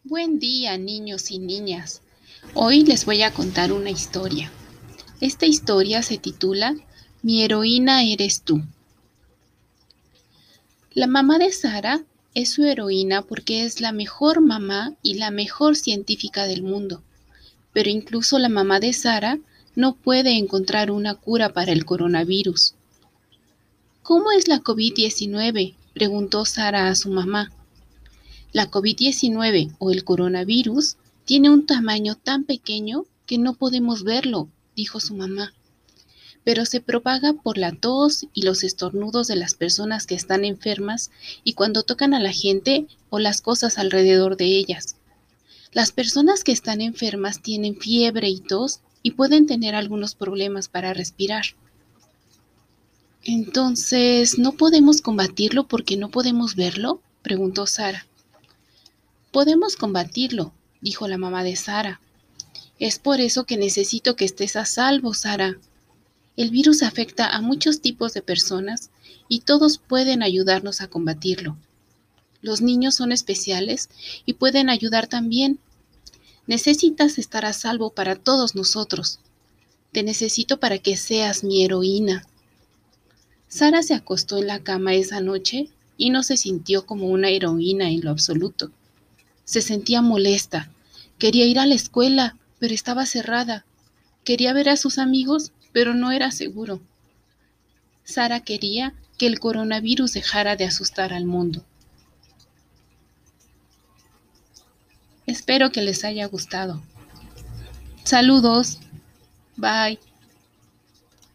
Buen día, niños y niñas. Hoy les voy a contar una historia. Esta historia se titula Mi heroína eres tú. La mamá de Sara es su heroína porque es la mejor mamá y la mejor científica del mundo. Pero incluso la mamá de Sara no puede encontrar una cura para el coronavirus. ¿Cómo es la COVID-19? Preguntó Sara a su mamá. La COVID-19 o el coronavirus tiene un tamaño tan pequeño que no podemos verlo, dijo su mamá, pero se propaga por la tos y los estornudos de las personas que están enfermas y cuando tocan a la gente o las cosas alrededor de ellas. Las personas que están enfermas tienen fiebre y tos y pueden tener algunos problemas para respirar. Entonces, ¿no podemos combatirlo porque no podemos verlo? Preguntó Sara. Podemos combatirlo, dijo la mamá de Sara. Es por eso que necesito que estés a salvo, Sara. El virus afecta a muchos tipos de personas y todos pueden ayudarnos a combatirlo. Los niños son especiales y pueden ayudar también. Necesitas estar a salvo para todos nosotros. Te necesito para que seas mi heroína. Sara se acostó en la cama esa noche y no se sintió como una heroína en lo absoluto. Se sentía molesta. Quería ir a la escuela, pero estaba cerrada. Quería ver a sus amigos, pero no era seguro. Sara quería que el coronavirus dejara de asustar al mundo. Espero que les haya gustado. Saludos. Bye.